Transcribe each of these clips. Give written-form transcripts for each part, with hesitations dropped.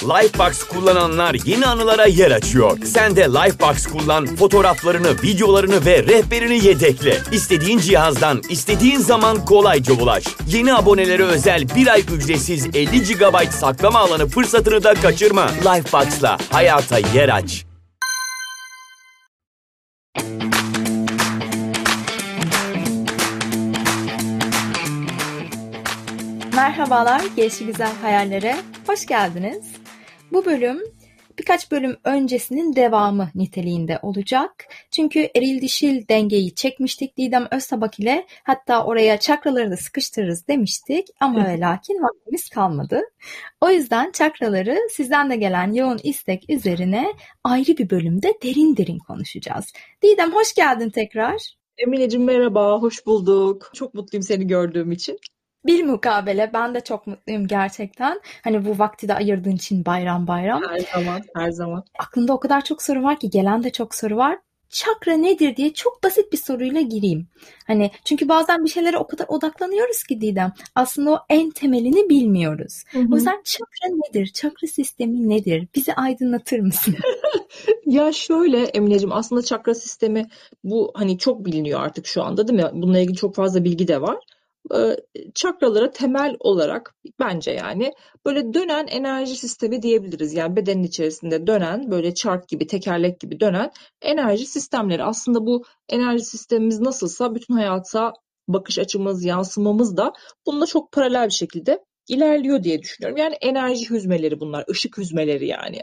Lifebox kullananlar yeni anılara yer açıyor. Sen de Lifebox kullan, fotoğraflarını, videolarını ve rehberini yedekle. İstediğin cihazdan, istediğin zaman kolayca ulaş. Yeni abonelere özel 1 ay ücretsiz 50 GB saklama alanı fırsatını da kaçırma. Lifebox'la hayata yer aç. Merhabalar, Gelişi Güzel Hayallere hoş geldiniz. Bu bölüm birkaç bölüm öncesinin devamı niteliğinde olacak. Çünkü eril dişil dengeyi çekmiştik Didem Öztabak ile, hatta oraya çakraları da sıkıştırırız demiştik ama ve lakin vaktimiz kalmadı. O yüzden çakraları sizden de gelen yoğun istek üzerine ayrı bir bölümde derin derin konuşacağız. Didem hoş geldin tekrar. Emineciğim merhaba, hoş bulduk. Çok mutluyum seni gördüğüm için. Bilmukabele ben de çok mutluyum gerçekten. Hani bu vakti de ayırdığın için bayram. Her zaman. Aklımda o kadar çok soru var ki, gelen de çok soru var. Çakra nedir diye çok basit bir soruyla gireyim. Hani çünkü bazen bir şeylere o kadar odaklanıyoruz ki Didem. Aslında o en temelini bilmiyoruz. O yüzden çakra nedir? Çakra sistemi nedir? Bizi aydınlatır mısın? Ya şöyle Emineciğim, aslında çakra sistemi bu hani çok biliniyor artık şu anda, değil mi? Bununla ilgili çok fazla bilgi de var. Çakralara temel olarak bence yani böyle dönen enerji sistemi diyebiliriz. Yani bedenin içerisinde dönen, böyle çark gibi, tekerlek gibi dönen enerji sistemleri. Aslında bu enerji sistemimiz nasılsa bütün hayata bakış açımız, yansımamız da bununla çok paralel bir şekilde ilerliyor diye düşünüyorum. Yani enerji hüzmeleri bunlar, ışık hüzmeleri yani.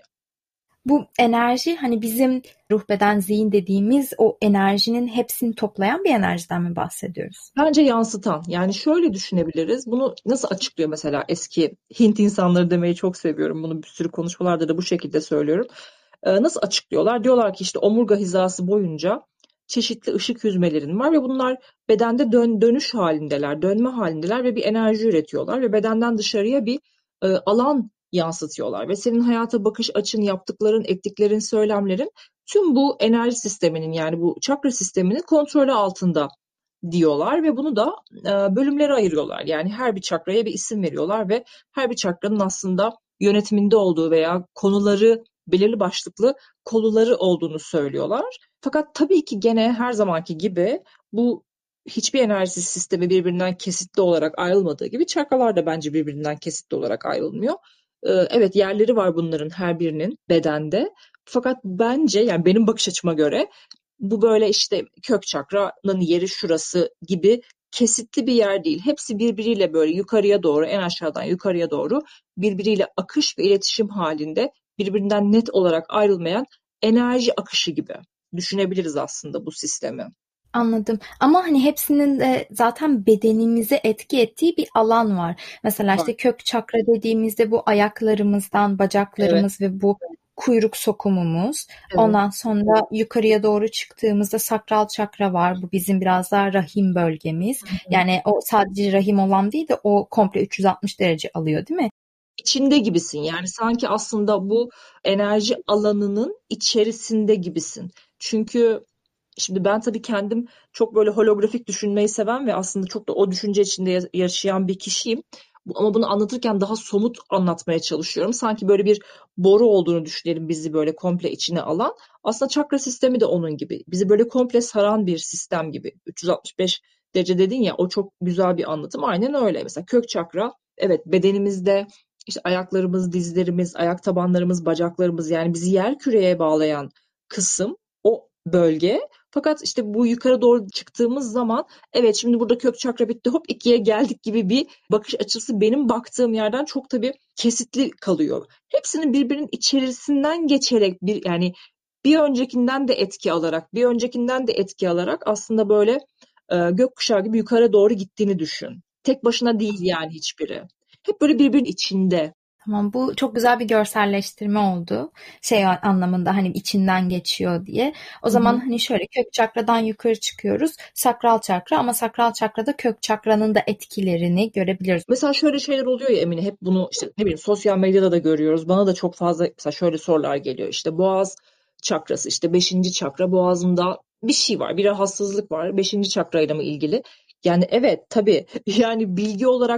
Bu enerji hani bizim ruh, beden, zihin dediğimiz o enerjinin hepsini toplayan bir enerjiden mi bahsediyoruz? Bence yansıtan. Yani şöyle düşünebiliriz. Bunu nasıl açıklıyor mesela eski Hint insanları demeyi çok seviyorum. Bunu bir sürü konuşmalarda da bu şekilde söylüyorum. Nasıl açıklıyorlar? Diyorlar ki işte omurga hizası boyunca çeşitli ışık hüzmelerin var ve bunlar bedende dönüş halindeler, dönme halindeler ve bir enerji üretiyorlar ve bedenden dışarıya bir alan yansıtıyorlar ve senin hayata bakış açın, yaptıkların, ettiklerin, söylemlerin tüm bu enerji sisteminin, yani bu çakra sisteminin kontrolü altında diyorlar ve bunu da bölümlere ayırıyorlar. Yani her bir çakraya bir isim veriyorlar ve her bir çakranın aslında yönetiminde olduğu veya konuları, belirli başlıklı konuları olduğunu söylüyorlar. Fakat tabii ki gene her zamanki gibi bu hiçbir enerji sistemi birbirinden kesitli olarak ayrılmadığı gibi çakralar da bence birbirinden kesitli olarak ayrılmıyor. Evet, yerleri var bunların her birinin bedende. Fakat bence, yani benim bakış açıma göre, bu böyle işte kök çakranın yeri şurası gibi kesitli bir yer değil. Hepsi birbiriyle böyle yukarıya doğru, en aşağıdan yukarıya doğru birbiriyle akış ve iletişim halinde, birbirinden net olarak ayrılmayan enerji akışı gibi düşünebiliriz aslında bu sistemi. Anladım. Ama hani hepsinin de zaten bedenimize etki ettiği bir alan var. Mesela işte kök çakra dediğimizde bu ayaklarımızdan, bacaklarımız ve bu kuyruk sokumumuz. Evet. Ondan sonra yukarıya doğru çıktığımızda sakral çakra var. Bu bizim biraz daha rahim bölgemiz. Yani o sadece rahim olan değil de o komple 360 derece alıyor, değil mi? İçinde gibisin, yani sanki aslında bu enerji alanının içerisinde gibisin. Çünkü şimdi ben tabii kendim çok böyle holografik düşünmeyi seven ve aslında çok da o düşünce içinde yaşayan bir kişiyim. Ama bunu anlatırken daha somut anlatmaya çalışıyorum. Sanki böyle bir boru olduğunu düşünelim, bizi böyle komple içine alan. Aslında çakra sistemi de onun gibi. Bizi böyle komple saran bir sistem gibi. 365 derece dedin ya, o çok güzel bir anlatım. Aynen öyle. Mesela kök çakra, evet, bedenimizde işte ayaklarımız, dizlerimiz, ayak tabanlarımız, bacaklarımız, yani bizi yer küreye bağlayan kısım o bölge. Fakat işte bu yukarı doğru çıktığımız zaman, evet şimdi burada kök çakra bitti, hop ikiye geldik gibi bir bakış açısı benim baktığım yerden çok tabii kesitli kalıyor. Hepsinin birbirinin içerisinden geçerek yani bir öncekinden de etki alarak, bir öncekinden de etki alarak aslında böyle gökkuşağı gibi yukarı doğru gittiğini düşün. Tek başına değil yani hiçbiri. Hep böyle birbirinin içinde. Tamam, bu çok güzel bir görselleştirme oldu. Şey anlamında hani içinden geçiyor diye. O zaman hani şöyle kök çakradan yukarı çıkıyoruz. Sakral çakra, ama sakral çakrada kök çakranın da etkilerini görebiliyoruz. Mesela şöyle şeyler oluyor ya Emine, hep bunu işte ne bileyim sosyal medyada da görüyoruz. Bana da çok fazla mesela şöyle sorular geliyor. İşte boğaz çakrası, işte 5. çakra, boğazımda bir şey var, bir rahatsızlık var. 5. çakrayla mı ilgili? Yani evet tabii yani bilgi olarak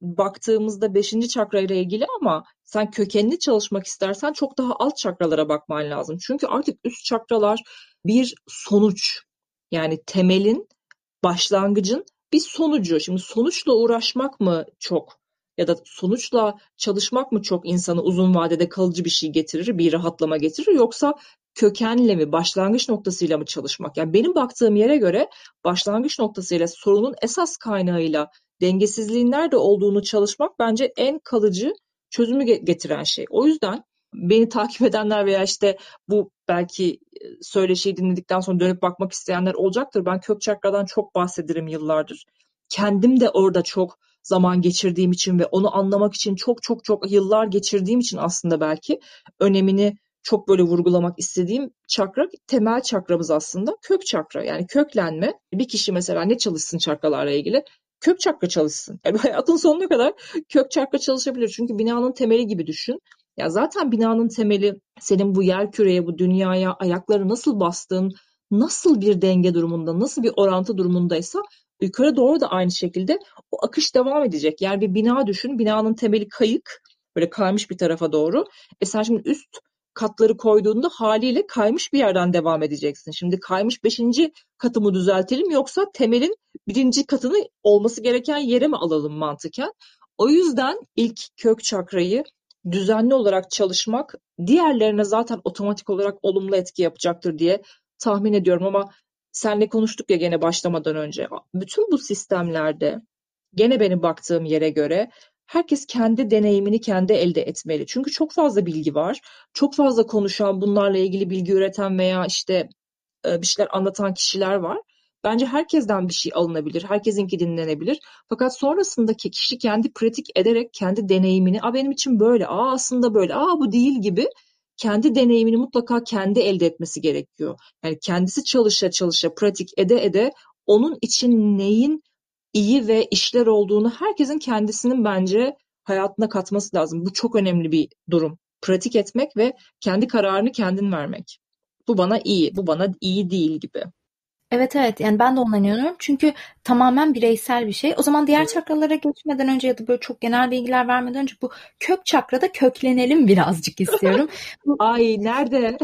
baktığımızda 5. çakra ile ilgili ama sen kökenli çalışmak istersen çok daha alt çakralara bakman lazım. Çünkü artık üst çakralar bir sonuç. Yani temelin, başlangıcın bir sonucu. Şimdi sonuçla uğraşmak mı çok ya da sonuçla çalışmak mı çok insanı uzun vadede kalıcı bir şey getirir, bir rahatlama getirir, yoksa kökenle mi, başlangıç noktasıyla mı çalışmak? Yani benim baktığım yere göre başlangıç noktasıyla, sorunun esas kaynağıyla, dengesizliğin nerede olduğunu çalışmak bence en kalıcı çözümü getiren şey. O yüzden beni takip edenler veya işte bu belki söyleşiyi dinledikten sonra dönüp bakmak isteyenler olacaktır. Ben kök çakradan çok bahsederim yıllardır. Kendim de orada çok zaman geçirdiğim için ve onu anlamak için çok çok çok yıllar geçirdiğim için aslında belki önemini çok böyle vurgulamak istediğim çakra, temel çakramız aslında kök çakra. Yani köklenme. Bir kişi mesela ne çalışsın çakralarla ilgili? Kök çakra çalışsın. Yani hayatın sonuna kadar kök çakra çalışabilir. Çünkü binanın temeli gibi düşün. Ya zaten binanın temeli senin bu yer küreye, bu dünyaya ayakları nasıl bastığın, nasıl bir denge durumunda, nasıl bir orantı durumundaysa yukarı doğru da aynı şekilde o akış devam edecek. Yani bir bina düşün, binanın temeli kayık, böyle kaymış bir tarafa doğru. Sen şimdi üst katları koyduğunda haliyle kaymış bir yerden devam edeceksin. Şimdi kaymış 5. katımı düzeltelim yoksa temelin 1. katını olması gereken yere mi alalım mantıken? O yüzden ilk kök çakrayı düzenli olarak çalışmak diğerlerine zaten otomatik olarak olumlu etki yapacaktır diye tahmin ediyorum. Ama seninle konuştuk ya gene başlamadan önce. Bütün bu sistemlerde gene benim baktığım yere göre herkes kendi deneyimini kendi elde etmeli. Çünkü çok fazla bilgi var. Çok fazla konuşan, bunlarla ilgili bilgi üreten veya işte bir şeyler anlatan kişiler var. Bence herkesten bir şey alınabilir, herkesinki dinlenebilir. Fakat sonrasındaki kişi kendi pratik ederek kendi deneyimini, benim için böyle, aslında böyle, bu değil gibi kendi deneyimini mutlaka kendi elde etmesi gerekiyor. Yani kendisi çalışa çalışa, pratik ede ede onun için neyin iyi ve işler olduğunu herkesin kendisinin bence hayatına katması lazım. Bu çok önemli bir durum. Pratik etmek ve kendi kararını kendin vermek. Bu bana iyi, bu bana iyi değil gibi. Evet, evet, yani ben de ona inanıyorum çünkü tamamen bireysel bir şey. O zaman diğer çakralara geçmeden önce ya da böyle çok genel bilgiler vermeden önce bu kök çakrada köklenelim birazcık istiyorum. Bu Ay nerede?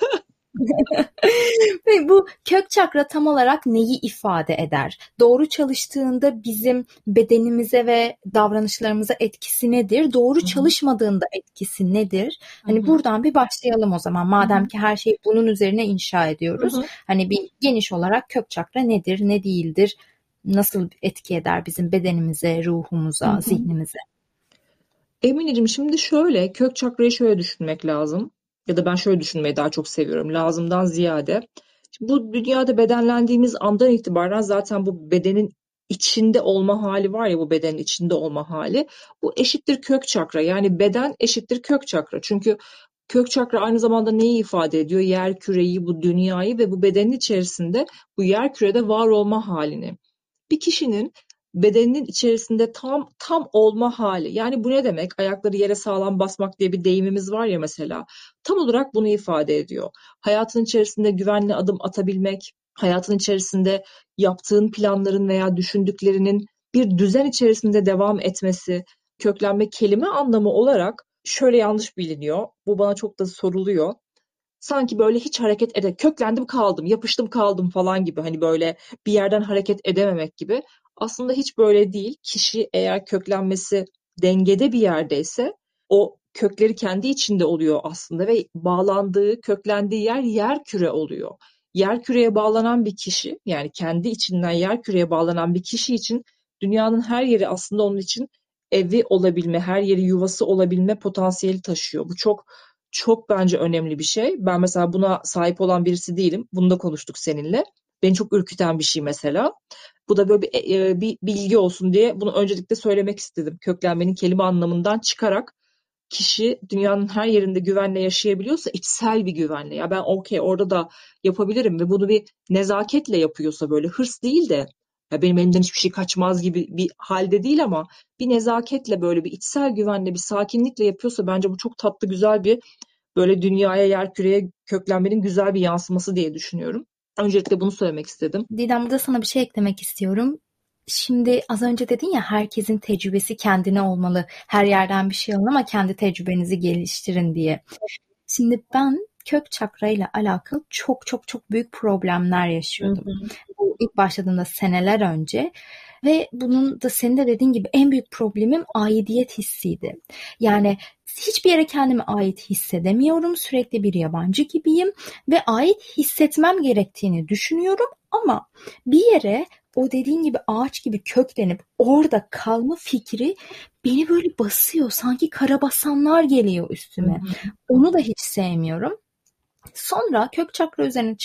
Ve bu kök çakra tam olarak neyi ifade eder? Doğru çalıştığında bizim bedenimize ve davranışlarımıza etkisi nedir? Doğru Hı hı, çalışmadığında etkisi nedir? hı Hani hı, buradan bir başlayalım o zaman. hı hı, Madem ki her şeyi bunun üzerine inşa hı ediyoruz. hı, Hani bir geniş olarak kök çakra nedir, ne değildir? Nasıl etki eder bizim bedenimize, hı ruhumuza, hı. zihnimize? Emineciğim, şimdi şöyle kök çakrayı şöyle düşünmek lazım. Ya da ben şöyle düşünmeyi daha çok seviyorum. Lazımdan ziyade. Şimdi bu dünyada bedenlendiğimiz andan itibaren zaten bu bedenin içinde olma hali var ya, bu bedenin içinde olma hali. Bu eşittir kök çakra. Yani beden eşittir kök çakra. Çünkü kök çakra aynı zamanda neyi ifade ediyor? Yer küreyi, bu dünyayı ve bu bedenin içerisinde bu yer kürede var olma halini. Bir kişinin bedeninin içerisinde tam olma hali. Yani bu ne demek? Ayakları yere sağlam basmak diye bir deyimimiz var ya mesela. Tam olarak bunu ifade ediyor. Hayatın içerisinde güvenli adım atabilmek, hayatın içerisinde yaptığın planların veya düşündüklerinin bir düzen içerisinde devam etmesi, köklenme kelime anlamı olarak şöyle yanlış biliniyor. Bu bana çok da soruluyor. Sanki böyle hiç hareket köklendim kaldım, yapıştım kaldım falan gibi, hani böyle bir yerden hareket edememek gibi. Aslında hiç böyle değil. Kişi eğer köklenmesi dengede bir yerdeyse o kökleri kendi içinde oluyor aslında ve bağlandığı, köklendiği yer yer küre oluyor. Yer küreye bağlanan bir kişi, yani kendi içinden yer küreye bağlanan bir kişi için dünyanın her yeri aslında onun için evi olabilme, her yeri yuvası olabilme potansiyeli taşıyor. Bu çok çok bence önemli bir şey. Ben mesela buna sahip olan birisi değilim. Bunu da konuştuk seninle. Beni çok ürküten bir şey mesela. Bu da böyle bir bilgi olsun diye bunu öncelikle söylemek istedim. Köklenmenin kelime anlamından çıkarak kişi dünyanın her yerinde güvenle yaşayabiliyorsa, içsel bir güvenle. Ya ben okey, orada da yapabilirim ve bunu bir nezaketle yapıyorsa, böyle hırs değil de ya benim elimden hiçbir şey kaçmaz gibi bir halde değil ama bir nezaketle, böyle bir içsel güvenle, bir sakinlikle yapıyorsa bence bu çok tatlı, güzel bir, böyle dünyaya, yerküreye köklenmenin güzel bir yansıması diye düşünüyorum. Öncelikle bunu söylemek istedim. Didem, burada sana bir şey eklemek istiyorum. Şimdi az önce dedin ya, herkesin tecrübesi kendine olmalı. Her yerden bir şey alın ama kendi tecrübenizi geliştirin diye. Şimdi ben kök çakra ile alakalı çok çok çok büyük problemler yaşıyordum. Bu ilk başladığımda seneler önce ve bunun da senin de dediğin gibi en büyük problemim aidiyet hissiydi. Yani hiçbir yere kendime ait hissedemiyorum. Sürekli bir yabancı gibiyim ve ait hissetmem gerektiğini düşünüyorum ama bir yere o dediğin gibi ağaç gibi köklenip orada kalma fikri beni böyle basıyor. Sanki karabasanlar geliyor üstüme. Onu da hiç sevmiyorum. Sonra kök çakra üzerine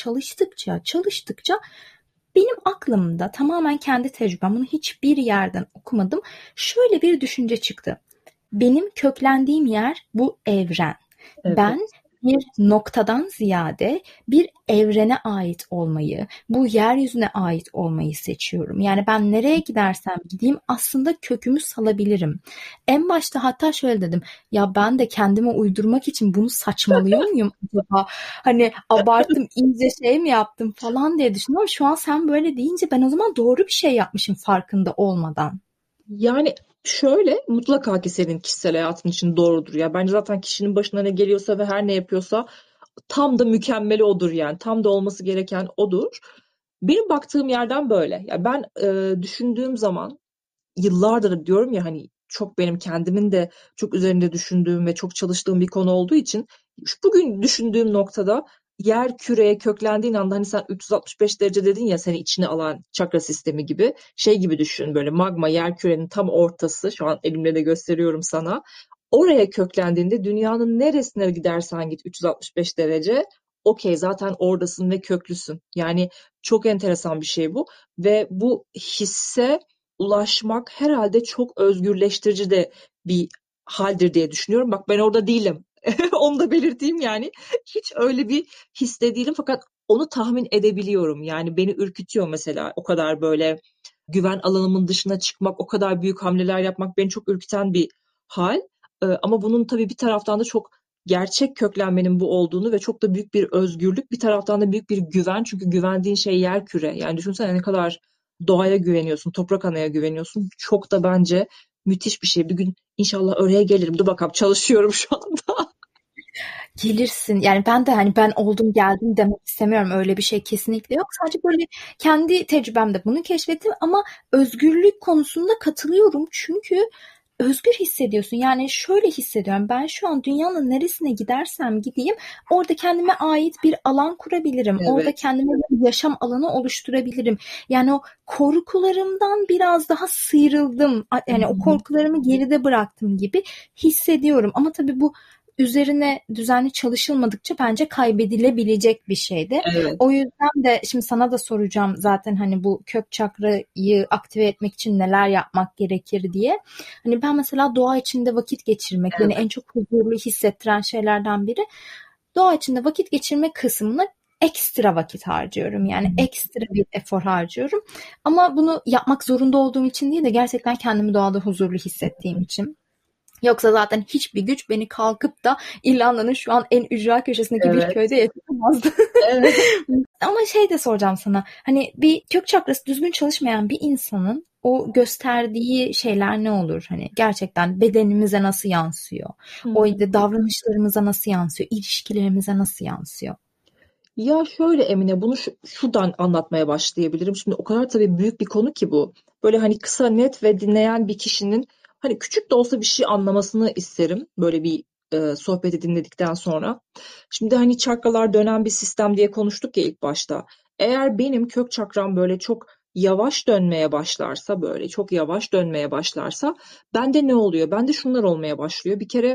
çalıştıkça benim aklımda tamamen kendi tecrübem, bunu hiçbir yerden okumadım. Şöyle bir düşünce çıktı. Benim köklendiğim yer bu evren. Evet. Ben bir noktadan ziyade bir evrene ait olmayı, bu yeryüzüne ait olmayı seçiyorum. Yani ben nereye gidersem gideyim aslında kökümü salabilirim. En başta hatta şöyle dedim. Ya ben de kendime uydurmak için bunu saçmalıyor muyum acaba? Hani abarttım, iyice şey mi yaptım falan diye düşündüm ama şu an sen böyle deyince ben o zaman doğru bir şey yapmışım farkında olmadan. Yani şöyle, mutlaka ki senin kişisel hayatın için doğrudur. Ya bence zaten kişinin başına ne geliyorsa ve her ne yapıyorsa tam da mükemmeli odur yani. Tam da olması gereken odur. Benim baktığım yerden böyle. Ya ben düşündüğüm zaman yıllardır diyorum ya, hani çok benim kendimin de çok üzerinde düşündüğüm ve çok çalıştığım bir konu olduğu için bugün düşündüğüm noktada yer küreye köklendiğin anda, hani sen 365 derece dedin ya, seni içine alan çakra sistemi gibi şey gibi düşün, böyle magma yer kürenin tam ortası, şu an elimle de gösteriyorum sana. Oraya köklendiğinde dünyanın neresine gidersen git 365 derece okey, zaten oradasın ve köklüsün. Yani çok enteresan bir şey bu ve bu hisse ulaşmak herhalde çok özgürleştirici de bir haldir diye düşünüyorum. Bak ben orada değilim. Onu da belirteyim yani. Hiç öyle bir hisse değilim fakat onu tahmin edebiliyorum. Yani beni ürkütüyor mesela, o kadar böyle güven alanımın dışına çıkmak, o kadar büyük hamleler yapmak beni çok ürküten bir hal. Ama bunun tabii bir taraftan da çok gerçek köklenmenin bu olduğunu ve çok da büyük bir özgürlük, bir taraftan da büyük bir güven. Çünkü güvendiğin şey yer küre. Yani düşünsene ne kadar doğaya güveniyorsun, toprak anaya güveniyorsun. Çok da bence müthiş bir şey. Bir gün inşallah oraya gelirim. Dur bakalım, çalışıyorum şu anda. Gelirsin. Yani ben de hani ben oldum geldim demek istemiyorum. Öyle bir şey kesinlikle yok. Sadece böyle kendi tecrübemde bunu keşfettim ama özgürlük konusunda katılıyorum. Çünkü özgür hissediyorsun. Yani şöyle hissediyorum. Ben şu an dünyanın neresine gidersem gideyim orada kendime ait bir alan kurabilirim. Orada Evet, kendime bir yaşam alanı oluşturabilirim. Yani o korkularımdan biraz daha sıyrıldım. Yani o korkularımı geride bıraktım gibi hissediyorum. Ama tabii bu üzerine düzenli çalışılmadıkça bence kaybedilebilecek bir şeydi. evet. O yüzden de şimdi sana da soracağım zaten hani bu kök çakrayı aktive etmek için neler yapmak gerekir diye. Hani ben mesela doğa içinde vakit geçirmek beni en çok huzurlu hissettiren şeylerden biri. Doğa içinde vakit geçirme kısmına ekstra vakit harcıyorum. Yani ekstra bir efor harcıyorum. Ama bunu yapmak zorunda olduğum için değil de gerçekten kendimi doğada huzurlu hissettiğim için. Yoksa zaten hiçbir güç beni kalkıp da İrlanda'nın şu an en ücra köşesindeki bir Evet, köyde yaşatamazdı. evet. Ama şey de soracağım sana. Hani bir kök çakrası düzgün çalışmayan bir insanın o gösterdiği şeyler ne olur? Hani gerçekten bedenimize nasıl yansıyor? O davranışlarımıza nasıl yansıyor? İlişkilerimize nasıl yansıyor? Ya şöyle Emine, bunu şuradan anlatmaya başlayabilirim. Şimdi o kadar tabii büyük bir konu ki bu. Böyle hani kısa, net ve dinleyen bir kişinin hani küçük de olsa bir şey anlamasını isterim. Böyle bir sohbeti dinledikten sonra. Şimdi hani çakralar dönen bir sistem diye konuştuk ya ilk başta. Eğer benim kök çakram böyle çok yavaş dönmeye başlarsa, böyle çok yavaş dönmeye başlarsa bende ne oluyor? Bende şunlar olmaya başlıyor. Bir kere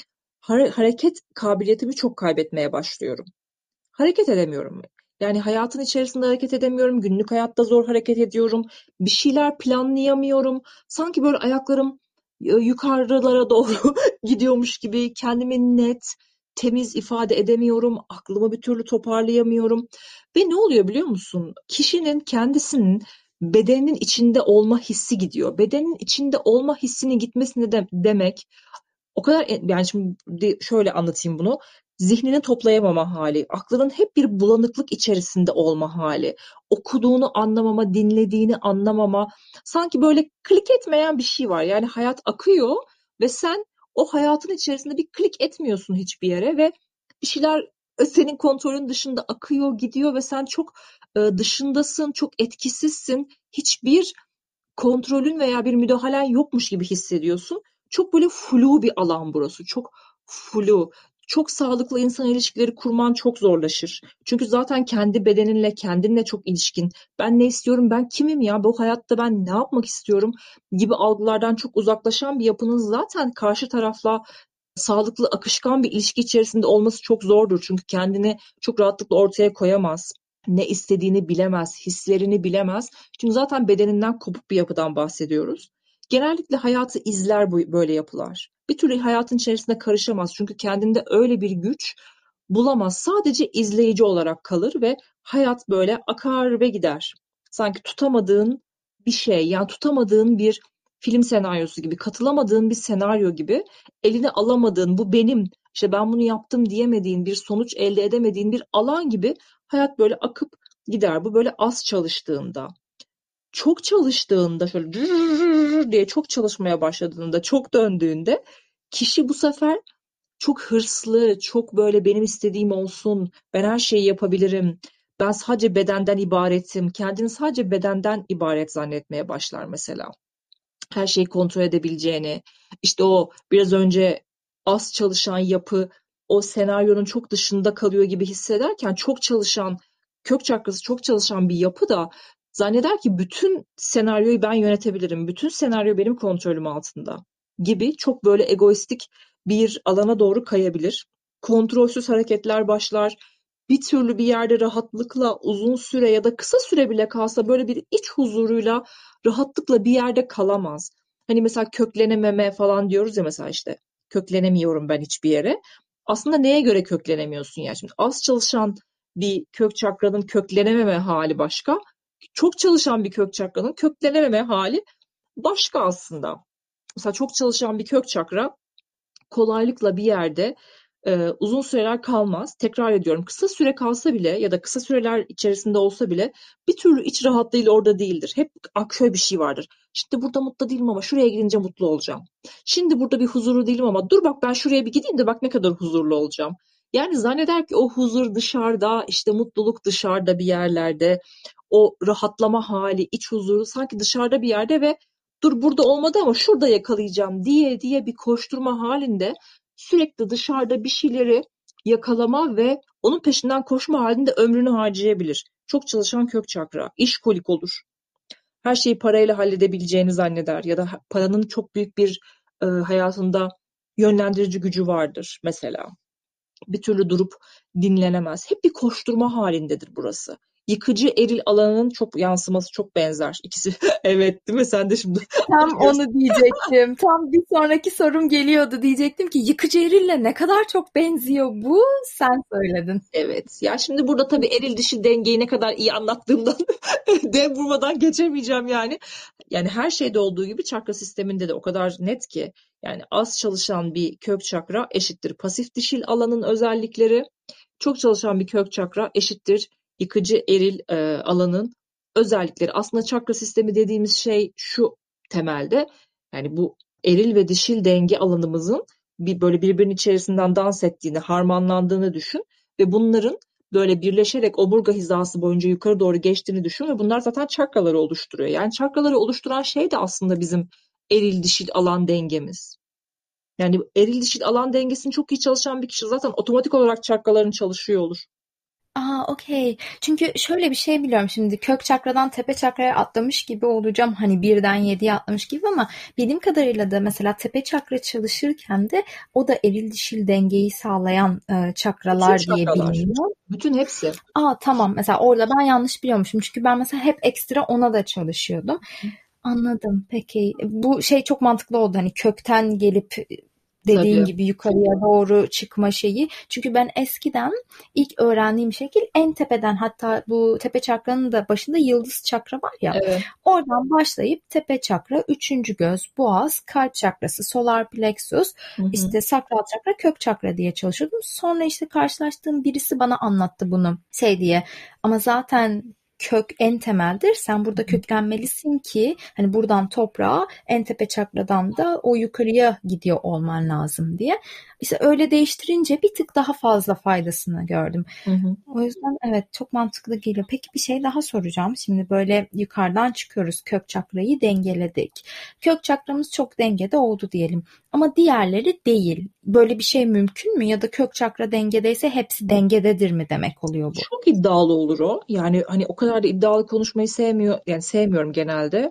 hareket kabiliyetimi çok kaybetmeye başlıyorum. Hareket edemiyorum. Yani hayatın içerisinde hareket edemiyorum. Günlük hayatta zor hareket ediyorum. Bir şeyler planlayamıyorum. Sanki böyle ayaklarım yukarılara doğru gidiyormuş gibi, kendimi net, temiz ifade edemiyorum. Aklımı bir türlü toparlayamıyorum. Ve ne oluyor biliyor musun? Kişinin kendisinin bedeninin içinde olma hissi gidiyor. Bedenin içinde olma hissinin gitmesine de demek o kadar, yani şimdi şöyle anlatayım bunu. zihnini toplayamama hali, aklının hep bir bulanıklık içerisinde olma hali, okuduğunu anlamama, dinlediğini anlamama, sanki böyle klik etmeyen bir şey var. Yani hayat akıyor ve sen o hayatın içerisinde bir klik etmiyorsun hiçbir yere ve bir şeyler senin kontrolün dışında akıyor, gidiyor ve sen çok dışındasın, çok etkisizsin. Hiçbir kontrolün veya bir müdahalen yokmuş gibi hissediyorsun. Çok böyle flu bir alan burası. Çok flu. Çok sağlıklı insan ilişkileri kurman çok zorlaşır. Çünkü zaten kendi bedeninle, kendinle çok ilişkin. Ben ne istiyorum, ben kimim ya, bu hayatta ben ne yapmak istiyorum gibi algılardan çok uzaklaşan bir yapının zaten karşı tarafla sağlıklı, akışkan bir ilişki içerisinde olması çok zordur. Çünkü kendini çok rahatlıkla ortaya koyamaz. Ne istediğini bilemez, hislerini bilemez. Çünkü zaten bedeninden kopuk bir yapıdan bahsediyoruz. Genellikle hayatı izler böyle yapılar. Bir türlü hayatın içerisinde karışamaz. Çünkü kendinde öyle bir güç bulamaz. Sadece izleyici olarak kalır ve hayat böyle akar ve gider. Sanki tutamadığın bir şey, yani tutamadığın bir film senaryosu gibi, katılamadığın bir senaryo gibi, eline alamadığın, bu benim, işte ben bunu yaptım diyemediğin, bir sonuç elde edemediğin bir alan gibi hayat böyle akıp gider. Bu böyle az çalıştığında. Çok çalıştığında, şöyle diye çok çalışmaya başladığında, çok döndüğünde kişi bu sefer çok hırslı, çok böyle benim istediğim olsun, ben her şeyi yapabilirim, ben sadece bedenden ibaretim, kendini sadece bedenden ibaret zannetmeye başlar mesela. Her şeyi kontrol edebileceğini, işte o biraz önce az çalışan yapı o senaryonun çok dışında kalıyor gibi hissederken, çok çalışan, kök çakrası çok çalışan bir yapı da zanneder ki bütün senaryoyu ben yönetebilirim, bütün senaryo benim kontrolüm altında gibi çok böyle egoistik bir alana doğru kayabilir. Kontrolsüz hareketler başlar. Bir türlü bir yerde rahatlıkla uzun süre ya da kısa süre bile kalsa böyle bir iç huzuruyla rahatlıkla bir yerde kalamaz. Hani mesela köklenememe falan diyoruz ya, mesela işte köklenemiyorum ben hiçbir yere. Aslında neye göre köklenemiyorsun ya? Şimdi az çalışan bir kök çakranın köklenememe hali başka. Çok çalışan bir kök çakranın köklenememe hali başka aslında. Mesela çok çalışan bir kök çakra kolaylıkla bir yerde uzun süreler kalmaz. Tekrar ediyorum, kısa süre kalsa bile ya da kısa süreler içerisinde olsa bile bir türlü iç rahatlığıyla orada değildir. Hep şöyle bir şey vardır. Şimdi burada mutlu değilim ama şuraya gidince mutlu olacağım. Şimdi burada bir huzurlu değilim ama dur bak ben şuraya bir gideyim de bak ne kadar huzurlu olacağım. Yani zanneder ki o huzur dışarıda, işte mutluluk dışarıda bir yerlerde, o rahatlama hali, iç huzuru sanki dışarıda bir yerde ve dur burada olmadı ama şurada yakalayacağım diye diye bir koşturma halinde sürekli dışarıda bir şeyleri yakalama ve onun peşinden koşma halinde ömrünü harcayabilir. Çok çalışan kök çakra, işkolik olur. Her şeyi parayla halledebileceğini zanneder ya da paranın çok büyük bir hayatında yönlendirici gücü vardır mesela. Bir türlü durup dinlenemez. Hep bir koşturma halindedir burası. Yıkıcı eril alanının çok yansıması çok benzer. İkisi evet, değil mi? Sen de şimdi Tam onu diyecektim. Tam bir sonraki sorum geliyordu. Diyecektim ki yıkıcı erille ne kadar çok benziyor bu. Sen söyledin. evet. Ya şimdi burada tabii eril dişil dengeyi ne kadar iyi anlattığımdan dem vurmadan geçemeyeceğim yani. Yani her şeyde olduğu gibi çakra sisteminde de o kadar net ki, yani az çalışan bir kök çakra eşittir pasif dişil alanın özellikleri. Çok çalışan bir kök çakra eşittir yıkıcı eril alanın özellikleri. Aslında çakra sistemi dediğimiz şey şu temelde, yani bu eril ve dişil denge alanımızın bir böyle birbirinin içerisinden dans ettiğini, harmanlandığını düşün ve bunların böyle birleşerek omurga hizası boyunca yukarı doğru geçtiğini düşün ve bunlar zaten çakraları oluşturuyor. Yani çakraları oluşturan şey de aslında bizim eril dişil alan dengemiz. Yani eril dişil alan dengesini çok iyi çalışan bir kişi zaten otomatik olarak çakraların çalışıyor olur. Okey. Çünkü şöyle bir şey biliyorum şimdi kök çakradan tepe çakraya atlamış gibi olacağım. Hani birden 7'ye atlamış gibi ama bildiğim kadarıyla da mesela tepe çakra çalışırken de o da eril dişil dengeyi sağlayan Bütün çakralar diye çakralar. biliniyor. Bütün hepsi. Tamam, mesela orada ben yanlış biliyormuşum. Çünkü ben mesela hep ekstra ona da çalışıyordum. Anladım. Peki. Bu şey çok mantıklı oldu. Hani kökten gelip dediğin Tabii. gibi yukarıya doğru çıkma şeyi. Çünkü ben eskiden ilk öğrendiğim şekil en tepeden, hatta bu tepe çakranın da başında yıldız çakra var ya, Evet. oradan başlayıp tepe çakra, üçüncü göz, boğaz, kalp çakrası, solar plexus, Hı hı. işte sakral çakra, kök çakra diye çalışıyordum. Sonra işte karşılaştığım birisi bana anlattı bunu şey diye. Ama zaten kök en temeldir. Sen burada köklenmelisin ki hani buradan toprağa, en tepe çakradan da o yukarıya gidiyor olman lazım diye. İşte öyle değiştirince bir tık daha fazla faydasını gördüm. Hı hı. O yüzden evet, çok mantıklı geliyor. Peki bir şey daha soracağım. Şimdi böyle yukarıdan çıkıyoruz. Kök çakrayı dengeledik. Kök çakramız çok dengede oldu diyelim. Ama diğerleri değil. Böyle bir şey mümkün mü? Ya da kök çakra dengedeyse hepsi dengededir mi demek oluyor bu? Çok iddialı olur o. Yani hani o kadar da iddialı konuşmayı sevmiyorum genelde.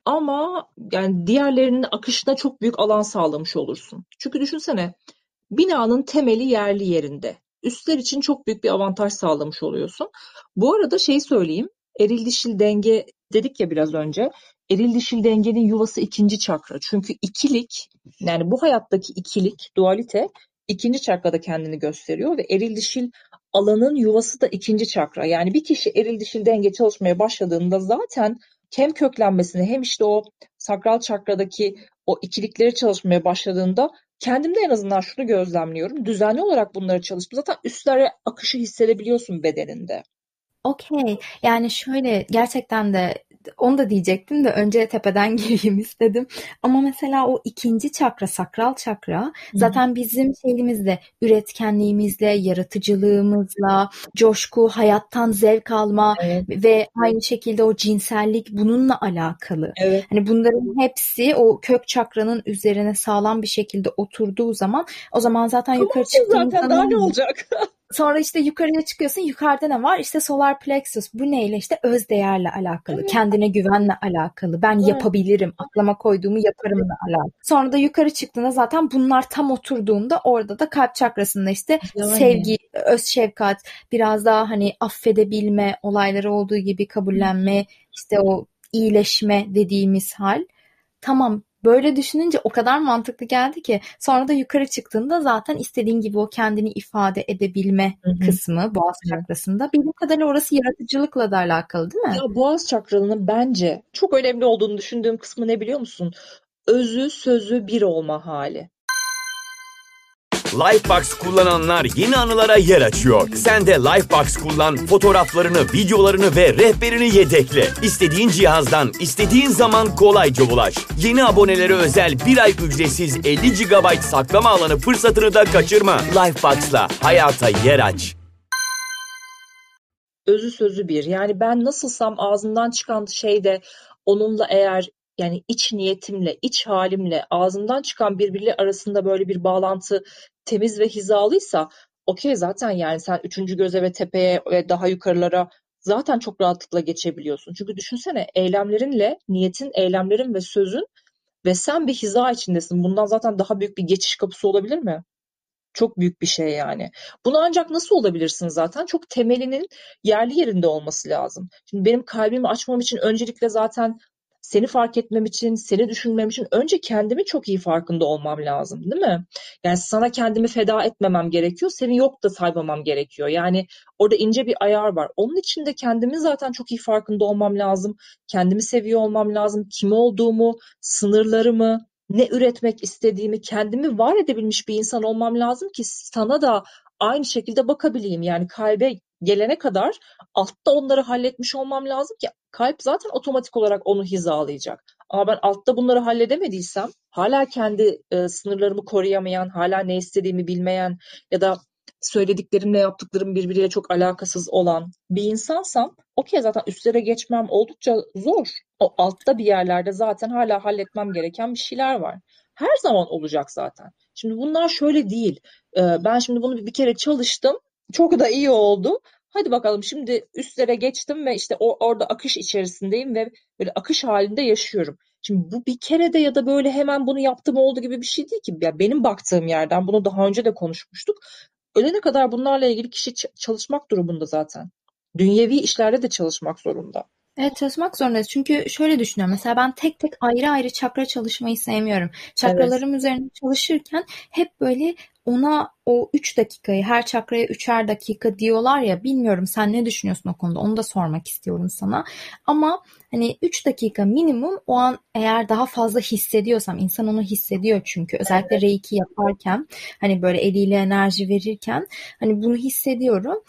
Ama yani diğerlerinin akışına çok büyük alan sağlamış olursun. Çünkü düşünsene, binanın temeli yerli yerinde. Üstler için çok büyük bir avantaj sağlamış oluyorsun. Bu arada şey söyleyeyim. Eril dişil denge dedik ya biraz önce. Eril dişil dengenin yuvası ikinci çakra. Çünkü ikilik, yani bu hayattaki ikilik, dualite ikinci çakrada kendini gösteriyor ve eril dişil alanın yuvası da ikinci çakra. Yani bir kişi eril dişil denge çalışmaya başladığında zaten hem köklenmesini hem işte o sakral çakradaki o ikilikleri çalışmaya başladığında kendimde en azından şunu gözlemliyorum. Düzenli olarak bunları çalıştım. Zaten üstlere akışı hissedebiliyorsun bedeninde. Okey. Yani şöyle, gerçekten de onu da diyecektim de önce tepeden gireyim istedim. Ama mesela o ikinci çakra, sakral çakra, Hı hı. zaten bizim şeyimizle, üretkenliğimizle, yaratıcılığımızla, coşku, hayattan zevk alma Evet, ve aynı şekilde o cinsellik, bununla alakalı. evet. Hani bunların hepsi o kök çakranın üzerine sağlam bir şekilde oturduğu zaman, o zaman zaten yukarı Tamamsın çıktığımızda zaten, ne daha ne oluyor? olacak? Sonra işte yukarıya çıkıyorsun. Yukarıda ne var? İşte solar plexus. Bu neyle? İşte öz değerle alakalı. Evet, Kendine güvenle alakalı. Ben evet. yapabilirim. Aklıma koyduğumu yaparımla alakalı. Sonra da yukarı çıktığında zaten bunlar tam oturduğunda, orada da kalp çakrasında işte Yani. sevgi, öz şefkat, biraz daha hani affedebilme, olayları olduğu gibi kabullenme, işte o iyileşme dediğimiz hal. Tamam, böyle düşününce o kadar mantıklı geldi ki. Sonra da yukarı çıktığında zaten istediğin gibi o kendini ifade edebilme Hı hı. kısmı boğaz Evet. çakrasında. Bildiğim kadarıyla orası yaratıcılıkla da alakalı, değil Ya mi? boğaz çakralının bence çok önemli olduğunu düşündüğüm kısmı ne biliyor musun? Özü sözü bir olma hali. Lifebox kullananlar yeni anılara yer açıyor. Sen de Lifebox kullan, fotoğraflarını, videolarını ve rehberini yedekle. İstediğin cihazdan, istediğin zaman kolayca ulaş. Yeni abonelere özel bir ay ücretsiz 50 GB saklama alanı fırsatını da kaçırma. Lifebox'la hayata yer aç. Özü sözü bir. Yani ben nasılsam ağzımdan çıkan şey de onunla, eğer yani iç niyetimle, iç halimle ağzımdan çıkan birbirleri arasında böyle bir bağlantı temiz ve hizalıysa okey, zaten yani sen üçüncü göze ve tepeye ve daha yukarılara zaten çok rahatlıkla geçebiliyorsun. Çünkü düşünsene, eylemlerinle, niyetin, eylemlerin ve sözün ve sen bir hiza içindesin. Bundan zaten daha büyük bir geçiş kapısı olabilir mi? Çok büyük bir şey yani. Bunu ancak nasıl olabilirsin zaten? Çok temelinin yerli yerinde olması lazım. Şimdi benim kalbimi açmam için öncelikle zaten seni fark etmem için, seni düşünmem için önce kendimi çok iyi farkında olmam lazım, değil mi? Yani sana kendimi feda etmemem gerekiyor, seni yok da saymamam gerekiyor. Yani orada ince bir ayar var. Onun için de kendimi zaten çok iyi farkında olmam lazım. Kendimi seviyor olmam lazım. Kim olduğumu, sınırlarımı, ne üretmek istediğimi, kendimi var edebilmiş bir insan olmam lazım ki sana da aynı şekilde bakabileyim. Yani kalbe gelene kadar altta onları halletmiş olmam lazım ki kalp zaten otomatik olarak onu hizalayacak. Ama ben altta bunları halledemediysem, hala kendi sınırlarımı koruyamayan, hala ne istediğimi bilmeyen ya da söylediklerimle yaptıklarım birbiriyle çok alakasız olan bir insansam okey, zaten üstlere geçmem oldukça zor. O altta bir yerlerde zaten hala halletmem gereken bir şeyler var. Her zaman olacak zaten. Şimdi bunlar şöyle değil. Ben şimdi bunu bir kere çalıştım. Çok da iyi oldu. Hadi bakalım, şimdi üstlere geçtim ve işte orada akış içerisindeyim ve böyle akış halinde yaşıyorum. Şimdi bu bir kere de ya da böyle hemen bunu yaptım oldu gibi bir şey değil ki. Ya benim baktığım yerden, bunu daha önce de konuşmuştuk. Ölene kadar bunlarla ilgili kişi çalışmak durumunda zaten. Dünyevi işlerde de çalışmak zorunda. Evet, çalışmak zorundayız. Çünkü şöyle düşünüyorum. Mesela ben tek tek ayrı ayrı çakra çalışmayı sevmiyorum. Evet. Çakralarım üzerine çalışırken hep böyle ona o 3 dakikayı, her çakraya 3'er dakika diyorlar ya, bilmiyorum sen ne düşünüyorsun o konuda, onu da sormak istiyorum sana. Ama hani 3 dakika minimum, o an eğer daha fazla hissediyorsam, insan onu hissediyor çünkü özellikle Reiki yaparken, hani böyle eliyle enerji verirken hani bunu hissediyorum.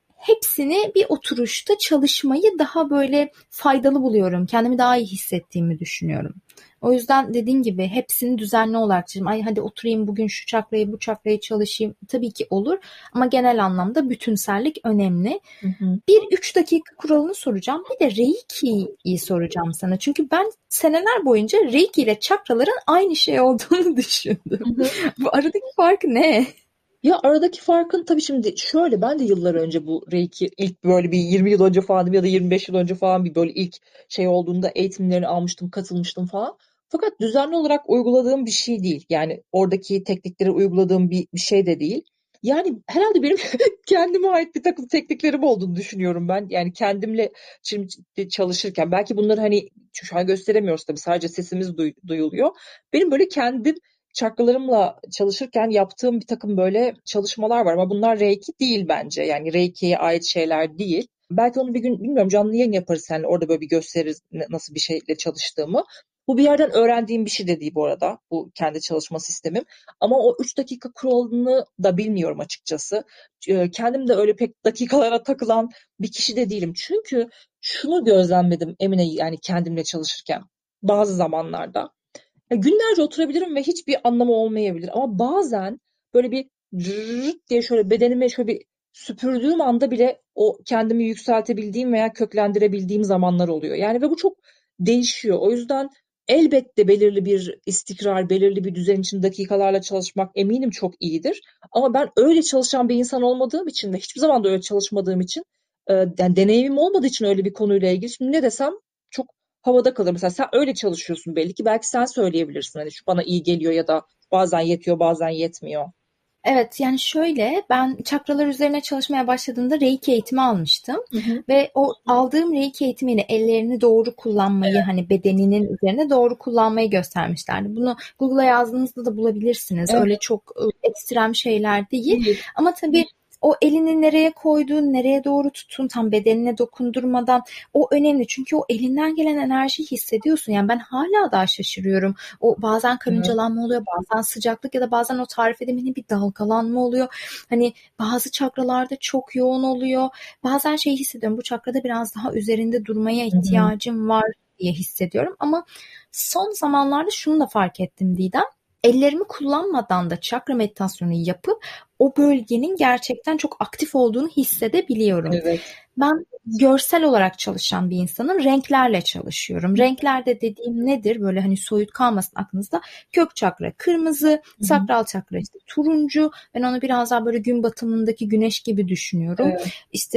Hepsini bir oturuşta çalışmayı daha böyle faydalı buluyorum. Kendimi daha iyi hissettiğimi düşünüyorum. O yüzden dediğin gibi hepsini düzenli olarak çalışıyorum. Ay hadi oturayım bugün şu çakrayı bu çakrayı çalışayım. Tabii ki olur ama genel anlamda bütünsellik önemli. Hı hı. Bir 3 dakika kuralını soracağım. Bir de Reiki'yi soracağım sana. Çünkü ben seneler boyunca Reiki ile çakraların aynı şey olduğunu düşündüm. Hı hı. Bu aradaki fark ne? Ya aradaki farkın tabii şimdi şöyle, ben de yıllar önce bu Reiki ilk böyle bir 20 yıl önce falan ya da 25 yıl önce falan bir böyle ilk şey olduğunda eğitimlerini almıştım, katılmıştım falan. Fakat düzenli olarak uyguladığım bir şey değil. Yani oradaki teknikleri uyguladığım bir şey de değil. Yani herhalde benim kendime ait bir takım tekniklerim olduğunu düşünüyorum ben. Yani kendimle şimdi çalışırken belki bunları hani şu an gösteremiyoruz tabii, sadece sesimiz duyuluyor. Benim böyle kendim çakralarımla çalışırken yaptığım bir takım böyle çalışmalar var ama bunlar Reiki değil bence. Yani Reiki'ye ait şeyler değil. Belki onu bir gün bilmiyorum canlı yayın yaparız seninle, orada böyle bir gösteririz nasıl bir şeyle çalıştığımı. Bu bir yerden öğrendiğim bir şey de değil bu arada. Bu kendi çalışma sistemim. Ama o 3 dakika kuralını da bilmiyorum açıkçası. Kendim de öyle pek dakikalara takılan bir kişi de değilim. Çünkü şunu gözlemledim Emine, yani kendimle çalışırken bazı zamanlarda. Ya günlerce oturabilirim ve hiçbir anlamı olmayabilir. Ama bazen böyle bir cırrrt diye şöyle bedenime şöyle bir süpürdüğüm anda bile o kendimi yükseltebildiğim veya köklendirebildiğim zamanlar oluyor. Yani ve bu çok değişiyor. O yüzden elbette belirli bir istikrar, belirli bir düzen için dakikalarla çalışmak eminim çok iyidir. Ama ben öyle çalışan bir insan olmadığım için ve hiçbir zaman da öyle çalışmadığım için, yani deneyimim olmadığı için öyle bir konuyla ilgili şimdi ne desem çok havada kalır. Mesela sen öyle çalışıyorsun belli ki. Belki sen söyleyebilirsin. Hani şu bana iyi geliyor ya da bazen yetiyor, bazen yetmiyor. Evet, yani şöyle, ben çakralar üzerine çalışmaya başladığımda Reiki eğitimi almıştım Hı hı. ve o aldığım Reiki eğitimiyle ellerini doğru kullanmayı, hani bedeninin üzerine doğru kullanmayı göstermişlerdi. Bunu Google'a yazdığınızda da bulabilirsiniz. Evet, Öyle çok ekstrem şeyler değil. değil. Ama tabii o elini nereye koyduğun, nereye doğru tuttuğun, tam bedenine dokundurmadan, o önemli. Çünkü o elinden gelen enerjiyi hissediyorsun. Yani ben hala daha şaşırıyorum. O bazen Evet. karıncalanma oluyor, bazen sıcaklık ya da bazen o tarif edemediğim bir dalgalanma oluyor. Hani bazı çakralarda çok yoğun oluyor. Bazen şeyi hissediyorum. Bu çakrada biraz daha üzerinde durmaya Hı hı. ihtiyacım var diye hissediyorum. Ama son zamanlarda şunu da fark ettim Didem. Ellerimi kullanmadan da çakra meditasyonu yapıp o bölgenin gerçekten çok aktif olduğunu hissedebiliyorum. Evet. Ben görsel olarak çalışan bir insanım. Renklerle çalışıyorum. Renklerde dediğim nedir? Böyle hani soyut kalmasın aklınızda. Kök çakra kırmızı, Hı hı. sakral çakra işte turuncu. Ben onu biraz daha böyle gün batımındaki güneş gibi düşünüyorum. Evet. İşte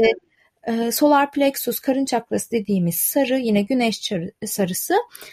solar plexus, karın çakrası dediğimiz sarı, yine güneş sarısı.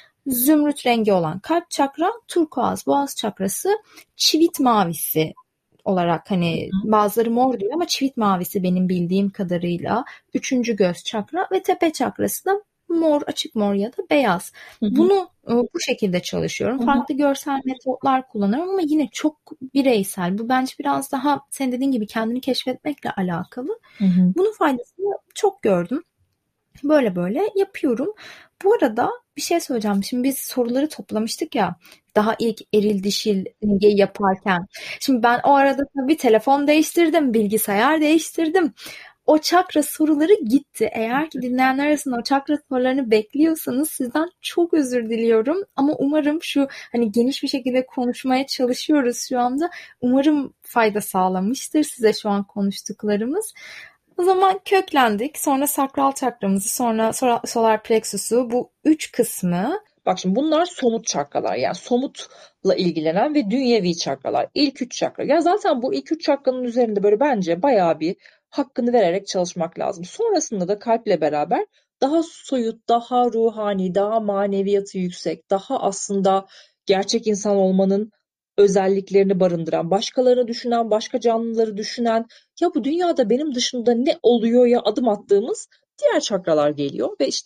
Zümrüt rengi olan kalp çakra, turkuaz boğaz çakrası, çivit mavisi olarak, hani bazıları mor diyor ama çivit mavisi benim bildiğim kadarıyla üçüncü göz çakra ve tepe çakrası da mor, açık mor ya da beyaz. Hı hı. Bunu bu şekilde çalışıyorum. Hı hı. Farklı görsel metotlar kullanıyorum ama yine çok bireysel. Bu bence biraz daha senin dediğin gibi kendini keşfetmekle alakalı. Hı hı. Bunun faydasını çok gördüm. Böyle böyle yapıyorum. Bu arada bir şey söyleyeceğim. Şimdi biz soruları toplamıştık ya, daha ilk eril dişil dengeyi yaparken. Şimdi ben o arada tabii telefon değiştirdim, bilgisayar değiştirdim. O çakra soruları gitti. Eğer ki dinleyenler arasında o çakra sorularını bekliyorsanız sizden çok özür diliyorum. Ama umarım şu, hani geniş bir şekilde konuşmaya çalışıyoruz şu anda. Umarım fayda sağlamıştır size şu an konuştuklarımız. O zaman köklendik. Sonra sakral çakramızı, sonra solar plexus'u, bu üç kısmı. Bak şimdi bunlar somut çakralar, yani somutla ilgilenen ve dünyevi çakralar. İlk üç çakra. Ya zaten bu ilk üç çakranın üzerinde böyle bence bayağı bir hakkını vererek çalışmak lazım. Sonrasında da kalple beraber daha soyut, daha ruhani, daha maneviyatı yüksek, daha aslında gerçek insan olmanın özelliklerini barındıran, başkalarını düşünen, başka canlıları düşünen, ya bu dünyada benim dışında ne oluyor ya adım attığımız diğer çakralar geliyor ve işte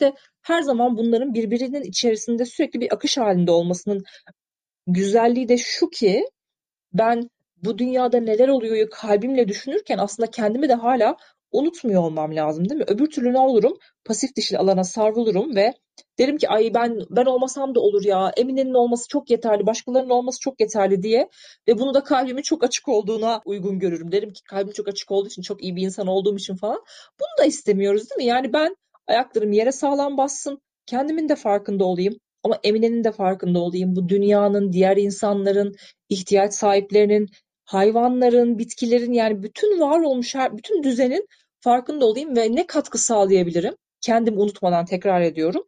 her zaman bunların birbirinin içerisinde sürekli bir akış halinde olmasının güzelliği de şu ki ben bu dünyada neler oluyor kalbimle düşünürken aslında kendimi de hala unutmuyor olmam lazım, değil mi? Öbür türlü ne olurum? Pasif dişil alana savrulurum ve derim ki ay ben olmasam da olur ya. Emine'nin olması çok yeterli, başkalarının olması çok yeterli diye ve bunu da kalbimin çok açık olduğuna uygun görürüm. Derim ki kalbim çok açık olduğu için, çok iyi bir insan olduğum için falan. Bunu da istemiyoruz, değil mi? Yani ben ayaklarım yere sağlam bassın, kendimin de farkında olayım ama Emine'nin de farkında olayım. Bu dünyanın, diğer insanların, ihtiyaç sahiplerinin, hayvanların, bitkilerin yani bütün var olmuş bütün düzenin farkında olayım ve ne katkı sağlayabilirim? Kendimi unutmadan tekrar ediyorum.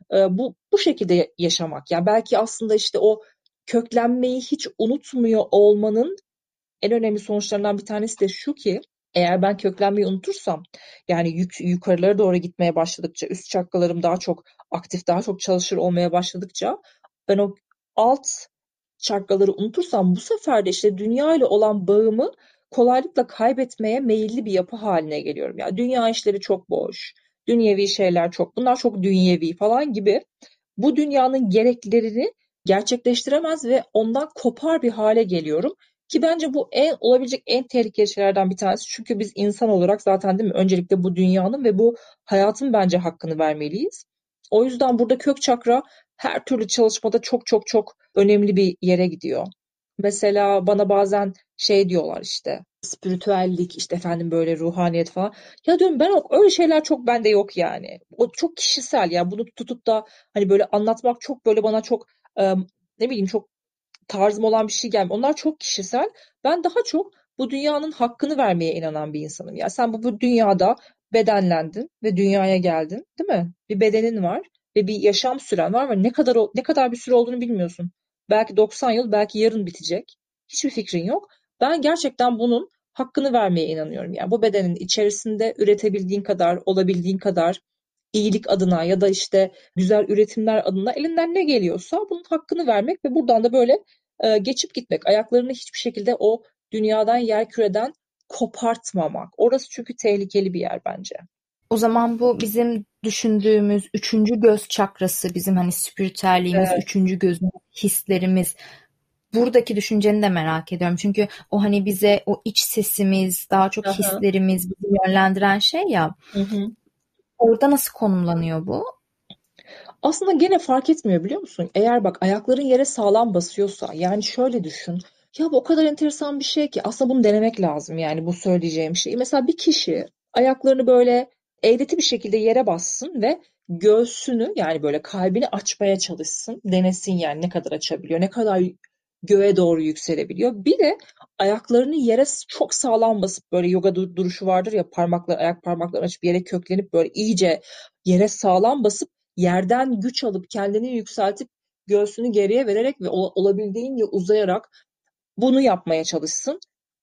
Bu şekilde yaşamak. Yani belki aslında işte o köklenmeyi hiç unutmuyor olmanın en önemli sonuçlarından bir tanesi de şu ki eğer ben köklenmeyi unutursam yani yukarılara doğru gitmeye başladıkça üst çakralarım daha çok aktif, daha çok çalışır olmaya başladıkça ben o alt çakraları unutursam bu sefer de işte dünya ile olan bağımı kolaylıkla kaybetmeye meyilli bir yapı haline geliyorum. Yani dünya işleri çok boş, dünyevi şeyler çok, bunlar çok dünyevi falan gibi bu dünyanın gereklerini gerçekleştiremez ve ondan kopar bir hale geliyorum. Ki bence bu olabilecek en tehlikeli şeylerden bir tanesi. Çünkü biz insan olarak zaten değil mi? Öncelikle bu dünyanın ve bu hayatın bence hakkını vermeliyiz. O yüzden burada kök çakra her türlü çalışmada çok çok çok önemli bir yere gidiyor. Mesela bana bazen şey diyorlar işte spiritüellik işte efendim böyle ruhaniyet falan. Ya diyorum ben öyle şeyler çok bende yok yani. O çok kişisel ya bunu tutup da hani böyle anlatmak çok böyle bana çok ne bileyim çok tarzım olan bir şey gelmiyor. Onlar çok kişisel. Ben daha çok bu dünyanın hakkını vermeye inanan bir insanım. Ya sen bu dünyada bedenlendin ve dünyaya geldin, değil mi? Bir bedenin var ve bir yaşam süren var ve ne kadar bir süre olduğunu bilmiyorsun. Belki 90 yıl, belki yarın bitecek. Hiçbir fikrin yok. Ben gerçekten bunun hakkını vermeye inanıyorum. Yani bu bedenin içerisinde üretebildiğin kadar, olabildiğin kadar iyilik adına ya da işte güzel üretimler adına elinden ne geliyorsa bunun hakkını vermek ve buradan da böyle geçip gitmek. Ayaklarını hiçbir şekilde o dünyadan, yerküreden kopartmamak. Orası çünkü tehlikeli bir yer bence. O zaman bu bizim düşündüğümüz üçüncü göz çakrası, bizim hani spiritüelliğimiz, Evet. üçüncü gözümüz, hislerimiz. Buradaki düşünceni de merak ediyorum. Çünkü o hani bize o iç sesimiz, daha çok Aha. hislerimiz bizi yönlendiren şey ya. Hı hı. Orada nasıl konumlanıyor bu? Aslında gene fark etmiyor biliyor musun? Eğer bak ayakların yere sağlam basıyorsa yani şöyle düşün. Ya bu o kadar enteresan bir şey ki aslında bunu denemek lazım yani bu söyleyeceğim şey. Mesela bir kişi ayaklarını böyle eğreti bir şekilde yere bassın ve göğsünü yani böyle kalbini açmaya çalışsın. Denesin yani ne kadar açabiliyor, ne kadar göğe doğru yükselebiliyor. Bir de ayaklarını yere çok sağlam basıp böyle yoga duruşu vardır ya ayak parmaklarını açıp yere köklenip böyle iyice yere sağlam basıp yerden güç alıp kendini yükseltip göğsünü geriye vererek ve olabildiğince uzayarak bunu yapmaya çalışsın.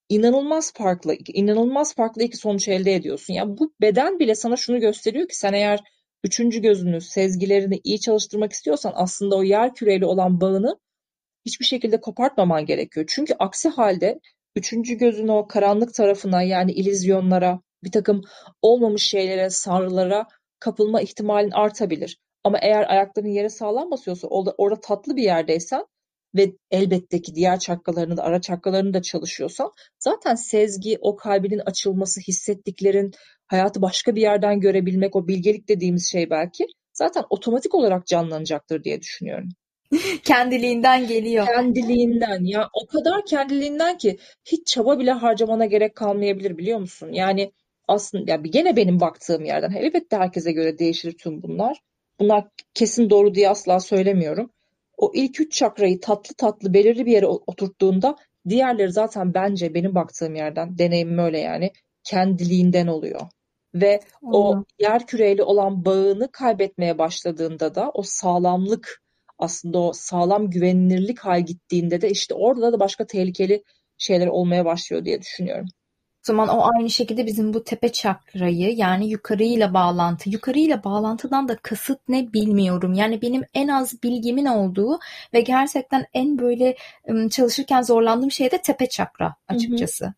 İnanılmaz farklı iki sonuç elde ediyorsun. Ya bu beden bile sana şunu gösteriyor ki sen eğer üçüncü gözünü, sezgilerini iyi çalıştırmak istiyorsan aslında o yer küreyle olan bağını hiçbir şekilde kopartmaman gerekiyor. Çünkü aksi halde üçüncü gözün o karanlık tarafına yani illüzyonlara, bir takım olmamış şeylere, sanrılara kapılma ihtimalin artabilir. Ama eğer ayakların yere sağlam basıyorsa, orada tatlı bir yerdeysen ve elbette ki diğer çakralarını da, ara çakralarını da çalışıyorsan zaten sezgi, o kalbinin açılması, hissettiklerin, hayatı başka bir yerden görebilmek, o bilgelik dediğimiz şey belki zaten otomatik olarak canlanacaktır diye düşünüyorum. Kendiliğinden geliyor. Kendiliğinden ya o kadar kendiliğinden ki hiç çaba bile harcamana gerek kalmayabilir biliyor musun? Yani aslında ya gene benim baktığım yerden elbette herkese göre değişir tüm bunlar. Bunlar kesin doğru diye asla söylemiyorum. O ilk üç çakrayı tatlı tatlı belirli bir yere oturttuğunda diğerleri zaten bence benim baktığım yerden deneyimim öyle yani kendiliğinden oluyor. Ve o Onu. yer küreyle olan bağını kaybetmeye başladığında da o sağlamlık aslında o sağlam güvenilirlik hal gittiğinde de işte orada da başka tehlikeli şeyler olmaya başlıyor diye düşünüyorum. O zaman o aynı şekilde bizim bu tepe çakrayı yani yukarıyla bağlantıdan da kasıt ne bilmiyorum. Yani benim en az bilgimin olduğu ve gerçekten en böyle çalışırken zorlandığım şey de tepe çakra Hı hı. açıkçası.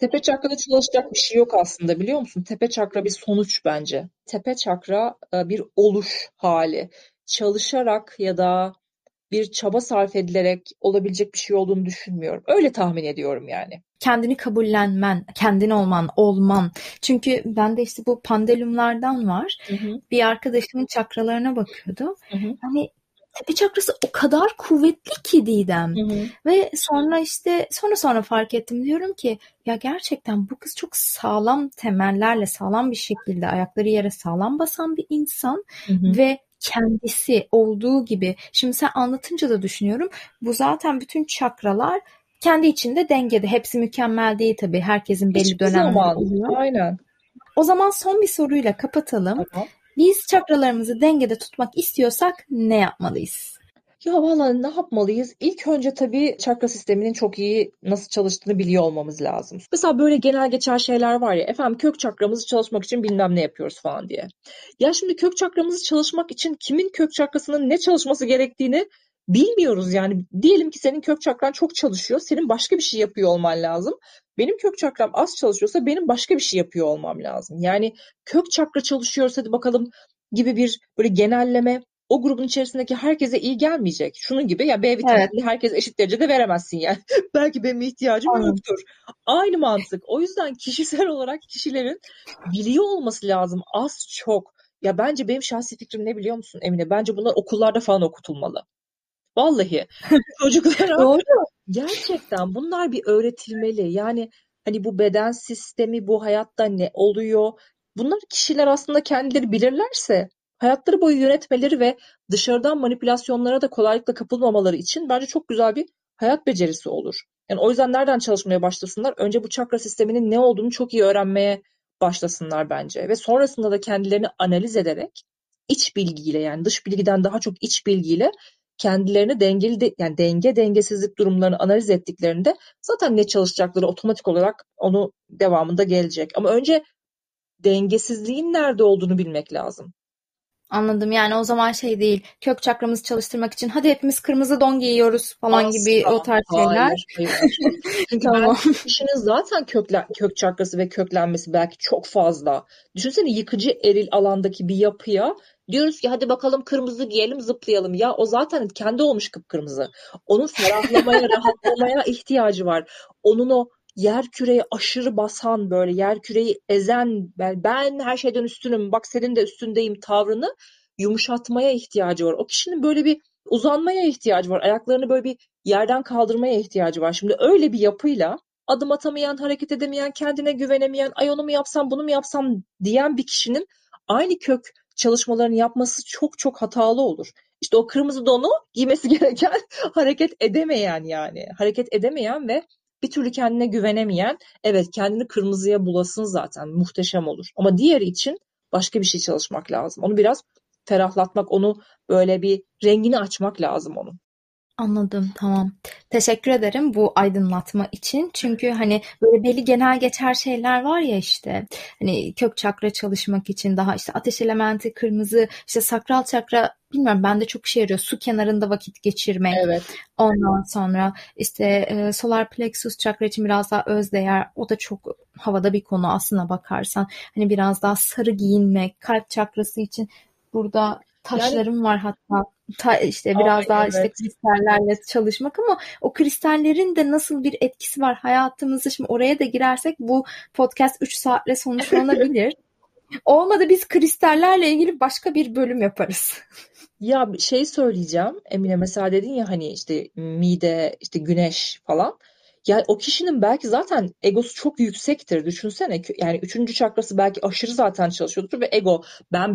Tepe çakrada çalışacak bir şey yok aslında, biliyor musun? Tepe çakra bir sonuç bence. Tepe çakra bir oluş hali. Çalışarak ya da bir çaba sarf edilerek olabilecek bir şey olduğunu düşünmüyorum. Öyle tahmin ediyorum yani. Kendini kabullenmen, kendin olman, olman. Çünkü bende işte bu pendulumlardan var. Hı hı, Bir arkadaşımın çakralarına bakıyordu. hı hı, Hani tepe çakrası o kadar kuvvetli ki Didem. hı hı. Ve sonra işte sonra fark ettim. Diyorum ki ya gerçekten bu kız çok sağlam temellerle, sağlam bir şekilde ayakları yere sağlam basan bir insan Hı hı. ve kendisi olduğu gibi. Şimdi sen anlatınca da düşünüyorum. Bu zaten bütün çakralar kendi içinde dengede. Hepsi mükemmel değil tabii. Herkesin belli Hiçbir dönemleri zaman. oluyor. Aynen. O zaman son bir soruyla kapatalım. Tamam. Biz çakralarımızı dengede tutmak istiyorsak ne yapmalıyız? Ya vallahi ne yapmalıyız? İlk önce tabii çakra sisteminin çok iyi nasıl çalıştığını biliyor olmamız lazım. Mesela böyle genel geçer şeyler var ya, efendim kök çakramızı çalışmak için bilmem ne yapıyoruz falan diye. Ya şimdi kök çakramızı çalışmak için kimin kök çakrasının ne çalışması gerektiğini bilmiyoruz yani. Diyelim ki senin kök çakran çok çalışıyor, senin başka bir şey yapıyor olman lazım. Benim kök çakram az çalışıyorsa benim başka bir şey yapıyor olmam lazım. Yani kök çakra çalışıyorsa hadi bakalım gibi bir böyle genelleme o grubun içerisindeki herkese iyi gelmeyecek. Şunun gibi ya, B Evet, vitaminini herkese eşit derecede veremezsin yani. Belki benim ihtiyacım anladım. yoktur. Aynı mantık. O yüzden kişisel olarak kişilerin biliyor olması lazım az çok. Ya bence benim şahsi fikrim ne biliyor musun Emine? Bence bunlar okullarda falan okutulmalı. Vallahi çocuklara Doğru. gerçekten bunlar bir öğretilmeli. Yani hani bu beden sistemi, bu hayatta ne oluyor? Bunlar kişiler aslında kendileri bilirlerse hayatları boyu yönetmeleri ve dışarıdan manipülasyonlara da kolaylıkla kapılmamaları için bence çok güzel bir hayat becerisi olur. Yani o yüzden nereden çalışmaya başlasınlar? Önce bu çakra sisteminin ne olduğunu çok iyi öğrenmeye başlasınlar bence. Ve sonrasında da kendilerini analiz ederek iç bilgiyle, yani dış bilgiden daha çok iç bilgiyle kendilerini dengeli yani dengesizlik durumlarını analiz ettiklerinde zaten ne çalışacakları otomatik olarak onu devamında gelecek. Ama önce dengesizliğin nerede olduğunu bilmek lazım. Anladım. Yani o zaman şey değil. Kök çakramızı çalıştırmak için hadi hepimiz kırmızı don giyiyoruz falan gibi o Asla. tarz şeyler. Hayır, hayır, hayır. Çünkü Tamam. belki kişinin zaten kök çakrası ve köklenmesi belki çok fazla. Düşünsene, yıkıcı eril alandaki bir yapıya diyoruz ki hadi bakalım kırmızı giyelim, zıplayalım. Ya o zaten kendi olmuş kıpkırmızı. Onun ferahlamaya, rahatlamaya ihtiyacı var. Onun o yer küreyi aşırı basan, böyle yer küreyi ezen, ben her şeyden üstünüm, bak senin de üstündeyim tavrını yumuşatmaya ihtiyacı var. O kişinin böyle bir uzanmaya ihtiyacı var. Ayaklarını böyle bir yerden kaldırmaya ihtiyacı var. Şimdi öyle bir yapıyla adım atamayan, hareket edemeyen, kendine güvenemeyen, ay onu mu yapsam, bunu mu yapsam diyen bir kişinin aynı kök çalışmalarını yapması çok çok hatalı olur. İşte o kırmızı donu giymesi gereken, hareket edemeyen, yani hareket edemeyen ve bir türlü kendine güvenemeyen, evet kendini kırmızıya bulasın zaten muhteşem olur. Ama diğeri için başka bir şey çalışmak lazım. Onu biraz ferahlatmak, onu böyle bir rengini açmak lazım onun. Anladım, tamam. Teşekkür ederim bu aydınlatma için. Çünkü hani böyle belli genel geçer şeyler var ya işte. Hani kök çakra çalışmak için daha işte ateş elementi, kırmızı, işte sakral çakra bilmiyorum bende çok işe yarıyor. Su kenarında vakit geçirmek. Evet. Ondan sonra işte solar plexus çakra için biraz daha özdeğer. O da çok havada bir konu aslına bakarsan. Hani biraz daha sarı giyinmek, kalp çakrası için burada Yani taşlarım var hatta. İşte ay biraz daha işte evet. kristallerle çalışmak ama o kristallerin de nasıl bir etkisi var hayatımızda. Şimdi oraya da girersek bu podcast 3 saatle sonuçlanabilir. Olmadı biz kristallerle ilgili başka bir bölüm yaparız. Ya bir şey söyleyeceğim Emine, mesela dedin ya hani işte mide, işte güneş falan. Ya o kişinin belki zaten egosu çok yüksektir. Düşünsene yani üçüncü çakrası belki aşırı zaten çalışıyordur ve ego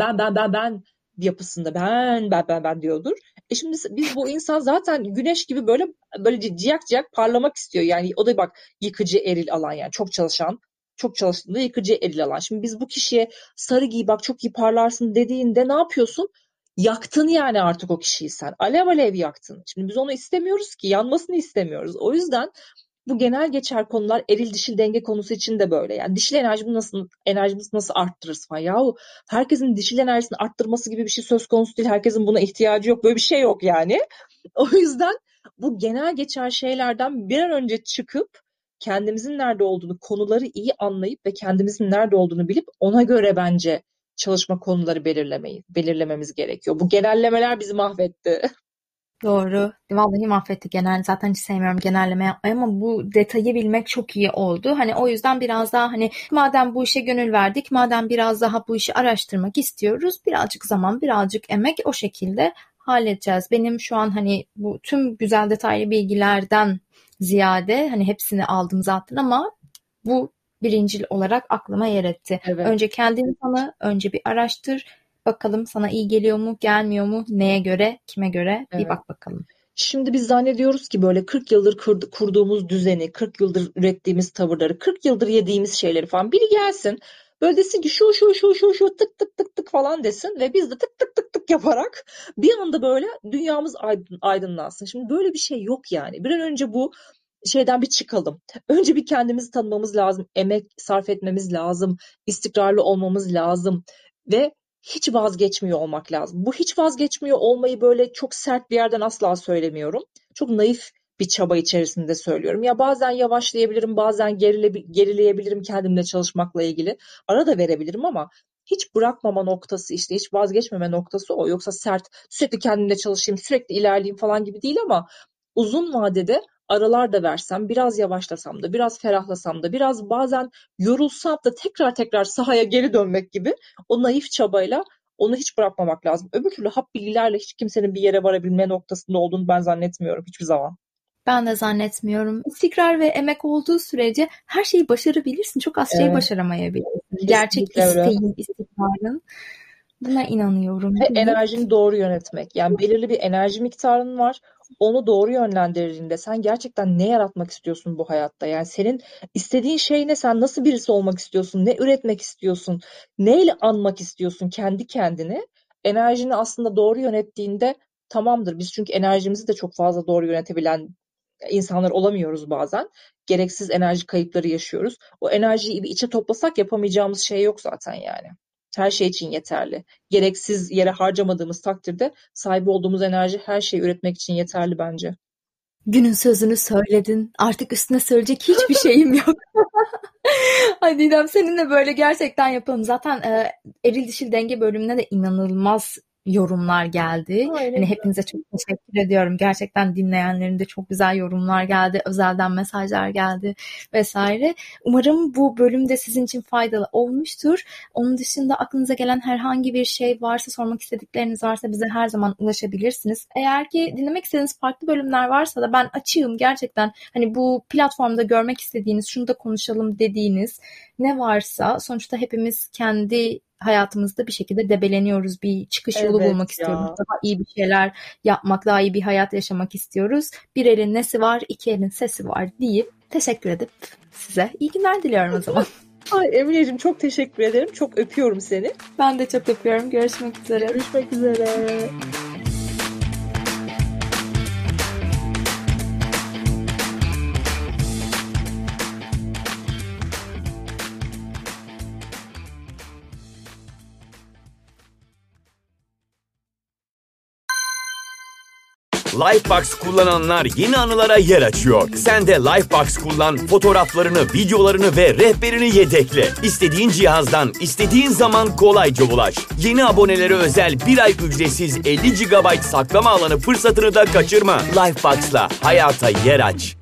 ben yapısında ben diyordur. Şimdi biz bu insan zaten güneş gibi böyle ciyak ciyak parlamak istiyor. Yani o da bak yıkıcı eril alan, yani çok çalıştığında yıkıcı eril alan. Şimdi biz bu kişiye sarı giy bak çok iyi parlarsın dediğinde ne yapıyorsun? Yaktın yani artık o kişiyi sen. Alev alev yaktın. Şimdi biz onu istemiyoruz ki. Yanmasını istemiyoruz. O yüzden bu genel geçer konular eril dişil denge konusu için de böyle. Yani dişil enerjimizi nasıl arttırırız falan. Yahu herkesin dişil enerjisini arttırması gibi bir şey söz konusu değil. Herkesin buna ihtiyacı yok. Böyle bir şey yok yani. O yüzden bu genel geçer şeylerden bir an önce çıkıp kendimizin nerede olduğunu, konuları iyi anlayıp ve kendimizin nerede olduğunu bilip ona göre bence çalışma konuları belirlememiz gerekiyor. Bu genellemeler bizi mahvetti. Doğru. Vallahi mahvetti genel. Zaten hiç sevmiyorum genelleme yapmayı ama bu detayı bilmek çok iyi oldu. Hani o yüzden biraz daha hani madem bu işe gönül verdik, madem biraz daha bu işi araştırmak istiyoruz, birazcık zaman, birazcık emek o şekilde halledeceğiz. Benim şu an hani bu tüm güzel detaylı bilgilerden ziyade hani hepsini aldım zaten ama bu birincil olarak aklıma yer etti. Evet. Önce kendini tanı, önce bir araştır. Bakalım sana iyi geliyor mu, gelmiyor mu, neye göre, kime göre bir Evet. bak bakalım. Şimdi biz zannediyoruz ki böyle 40 yıldır kurduğumuz düzeni, 40 yıldır ürettiğimiz tavırları, 40 yıldır yediğimiz şeyleri falan biri gelsin. Böyle desin ki şu tık tık tık tık falan desin ve biz de tık tık tık tık yaparak bir anda böyle dünyamız aydınlansın. Şimdi böyle bir şey yok yani. Bir an önce bu şeyden bir çıkalım. Önce bir kendimizi tanımamız lazım. Emek sarf etmemiz lazım. İstikrarlı olmamız lazım. Ve hiç vazgeçmiyor olmak lazım. Bu hiç vazgeçmiyor olmayı böyle çok sert bir yerden asla söylemiyorum. Çok naif bir çaba içerisinde söylüyorum. Ya bazen yavaşlayabilirim, bazen gerileyebilirim kendimle çalışmakla ilgili. Ara da verebilirim ama hiç bırakmama noktası işte hiç vazgeçmeme noktası o. Yoksa sert sürekli kendimle çalışayım, sürekli ilerleyeyim falan gibi değil ama uzun vadede aralar da versem, biraz yavaşlasam da, biraz ferahlasam da, biraz bazen yorulsam da tekrar sahaya geri dönmek gibi o naif çabayla onu hiç bırakmamak lazım. Öbür türlü hap bilgilerle hiç kimsenin bir yere varabilme noktasında olduğunu ben zannetmiyorum hiçbir zaman. Ben de zannetmiyorum. İstikrar ve emek olduğu sürece her şeyi başarabilirsin. Çok az şeyi Evet, başaramayabilirsin. Gerçek kesinlikle öyle. isteğin, istikrarın. Buna inanıyorum. Ve enerjini doğru yönetmek. Yani belirli bir enerji miktarın var. Onu doğru yönlendirdiğinde sen gerçekten ne yaratmak istiyorsun bu hayatta? Yani senin istediğin şey ne? Sen nasıl birisi olmak istiyorsun? Ne üretmek istiyorsun? Neyle anmak istiyorsun kendi kendini? Enerjini aslında doğru yönettiğinde tamamdır. Biz çünkü enerjimizi de çok fazla doğru yönetebilen insanlar olamıyoruz bazen. Gereksiz enerji kayıpları yaşıyoruz. O enerjiyi bir içe toplasak yapamayacağımız şey yok zaten yani. Her şey için yeterli. Gereksiz yere harcamadığımız takdirde sahip olduğumuz enerji her şeyi üretmek için yeterli bence. Günün sözünü söyledin. Artık üstüne söyleyecek hiçbir şeyim yok. Ay Didem seninle böyle gerçekten yapalım. Zaten eril dişil denge bölümüne de inanılmaz yorumlar geldi. Aynen. Hani hepinize çok teşekkür ediyorum. Gerçekten dinleyenlerin de çok güzel yorumlar geldi. Özelden mesajlar geldi vesaire. Umarım bu bölüm de sizin için faydalı olmuştur. Onun dışında aklınıza gelen herhangi bir şey varsa, sormak istedikleriniz varsa bize her zaman ulaşabilirsiniz. Eğer ki dinlemek istediğiniz farklı bölümler varsa da ben açığım gerçekten. Hani bu platformda görmek istediğiniz, şunu da konuşalım dediğiniz ne varsa sonuçta hepimiz kendi hayatımızda bir şekilde debeleniyoruz. Bir çıkış yolu Evet bulmak ya. istiyoruz. Daha iyi bir şeyler yapmak, daha iyi bir hayat yaşamak istiyoruz. Bir elin nesi var, iki elin sesi var deyip teşekkür edip size iyi günler diliyorum o zaman. Ay Emine'cim çok teşekkür ederim. Çok öpüyorum seni. Ben de çok öpüyorum. Görüşmek üzere. Görüşmek üzere. Lifebox kullananlar yeni anılara yer açıyor. Sen de Lifebox kullan, fotoğraflarını, videolarını ve rehberini yedekle. İstediğin cihazdan, istediğin zaman kolayca ulaş. Yeni abonelere özel 1 ay ücretsiz 50 GB saklama alanı fırsatını da kaçırma. Lifebox'la hayata yer aç.